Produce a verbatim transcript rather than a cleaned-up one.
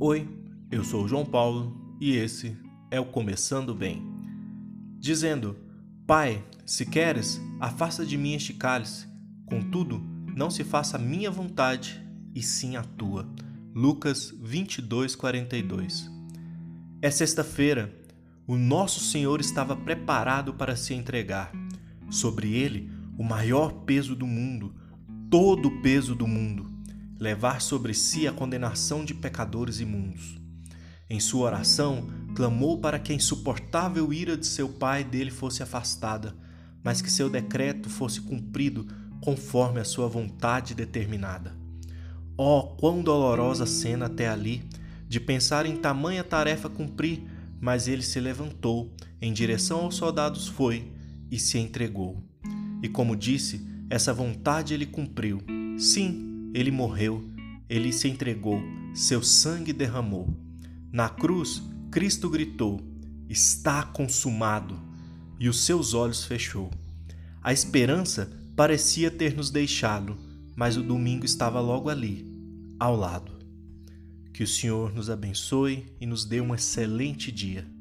Oi, eu sou o João Paulo e esse é o Começando Bem. Dizendo: Pai, se queres, afasta de mim este cálice, contudo, não se faça a minha vontade, e sim a tua. Lucas vinte e dois, quarenta e dois. É sexta-feira. O nosso Senhor estava preparado para se entregar. Sobre ele, o maior peso do mundo, todo o peso do mundo, levar sobre si a condenação de pecadores imundos. Em sua oração, clamou para que a insuportável ira de seu pai dele fosse afastada, mas que seu decreto fosse cumprido conforme a sua vontade determinada. Oh, quão dolorosa cena até ali, de pensar em tamanha tarefa cumprir, mas ele se levantou, em direção aos soldados foi e se entregou. E como disse, essa vontade ele cumpriu. Sim, ele morreu, ele se entregou, seu sangue derramou. Na cruz, Cristo gritou: está consumado, e os seus olhos fechou. A esperança parecia ter nos deixado, mas o domingo estava logo ali, ao lado. Que o Senhor nos abençoe e nos dê um excelente dia.